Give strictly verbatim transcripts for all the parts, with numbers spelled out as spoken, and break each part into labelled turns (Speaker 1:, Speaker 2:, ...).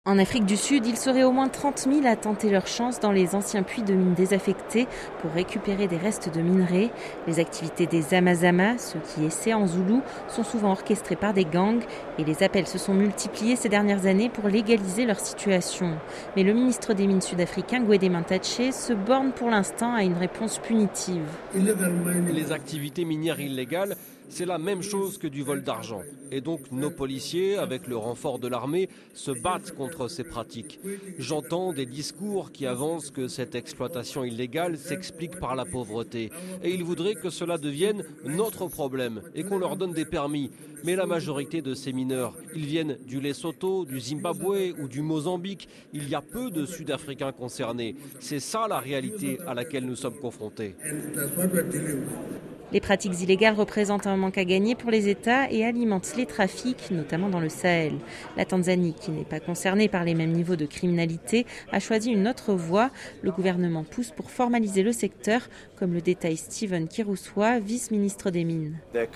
Speaker 1: En Afrique du Sud, il serait au moins trente mille à tenter leur chance dans les anciens puits de mines désaffectés pour récupérer des restes de minerais. Les activités des Amazama, ceux qui essaient en zoulou, sont souvent orchestrées par des gangs et les appels se sont multipliés ces dernières années pour légaliser leur situation. Mais le ministre des Mines sud-africain, Gwede Mantashe, se borne pour l'instant à une réponse punitive.
Speaker 2: Les activités minières illégales, c'est la même chose que du vol d'argent. Et donc nos policiers, avec le renfort de l'armée, se battent contre ces pratiques. J'entends des discours qui avancent que cette exploitation illégale s'explique par la pauvreté. Et ils voudraient que cela devienne notre problème et qu'on leur donne des permis. Mais la majorité de ces mineurs, ils viennent du Lesotho, du Zimbabwe ou du Mozambique. Il y a peu de Sud-Africains concernés. C'est ça la réalité à laquelle nous sommes confrontés.
Speaker 1: Les pratiques illégales représentent un manque à gagner pour les États et alimentent les trafics, notamment dans le Sahel. La Tanzanie, qui n'est pas concernée par les mêmes niveaux de criminalité, a choisi une autre voie. Le gouvernement pousse pour formaliser le secteur, comme le détaille Steven Kiruswa, vice-ministre des Mines.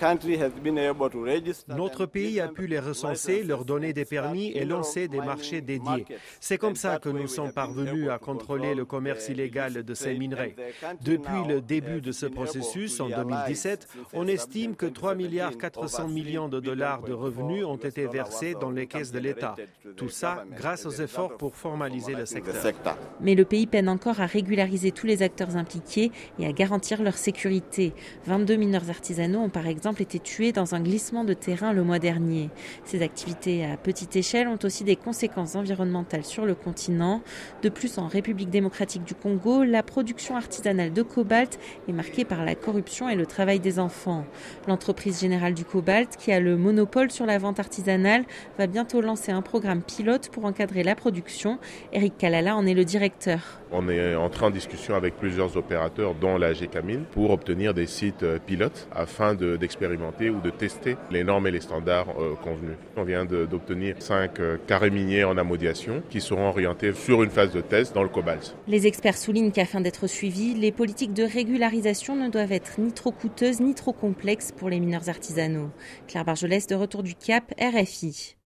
Speaker 3: Notre pays a pu les recenser, leur donner des permis et lancer des marchés dédiés. C'est comme ça que nous sommes parvenus à contrôler le commerce illégal de ces minerais. Depuis le début de ce processus, en deux mille dix-sept, on estime que trois milliards quatre cents millions de dollars de revenus ont été versés dans les caisses de l'État. Tout ça grâce aux efforts pour formaliser le secteur.
Speaker 1: Mais le pays peine encore à régulariser tous les acteurs impliqués et à garantir leur sécurité. vingt-deux mineurs artisanaux ont par exemple été tués dans un glissement de terrain le mois dernier. Ces activités à petite échelle ont aussi des conséquences environnementales sur le continent. De plus, en République démocratique du Congo, la production artisanale de cobalt est marquée par la corruption et le travail des enfants. L'entreprise générale du cobalt, qui a le monopole sur la vente artisanale, va bientôt lancer un programme pilote pour encadrer la production. Eric Kalala en est le directeur.
Speaker 4: On est entré en discussion avec plusieurs opérateurs, dont la G Camil, pour obtenir des sites pilotes afin de, d'expérimenter ou de tester les normes et les standards euh, convenus. On vient de, d'obtenir cinq euh, carrés miniers en amodiation qui seront orientés sur une phase de test dans le cobalt.
Speaker 1: Les experts soulignent qu'afin d'être suivis, les politiques de régularisation ne doivent être ni trop coûteuses ni trop complexes pour les mineurs artisanaux. Claire Bargelès, de retour du Cap, R F I.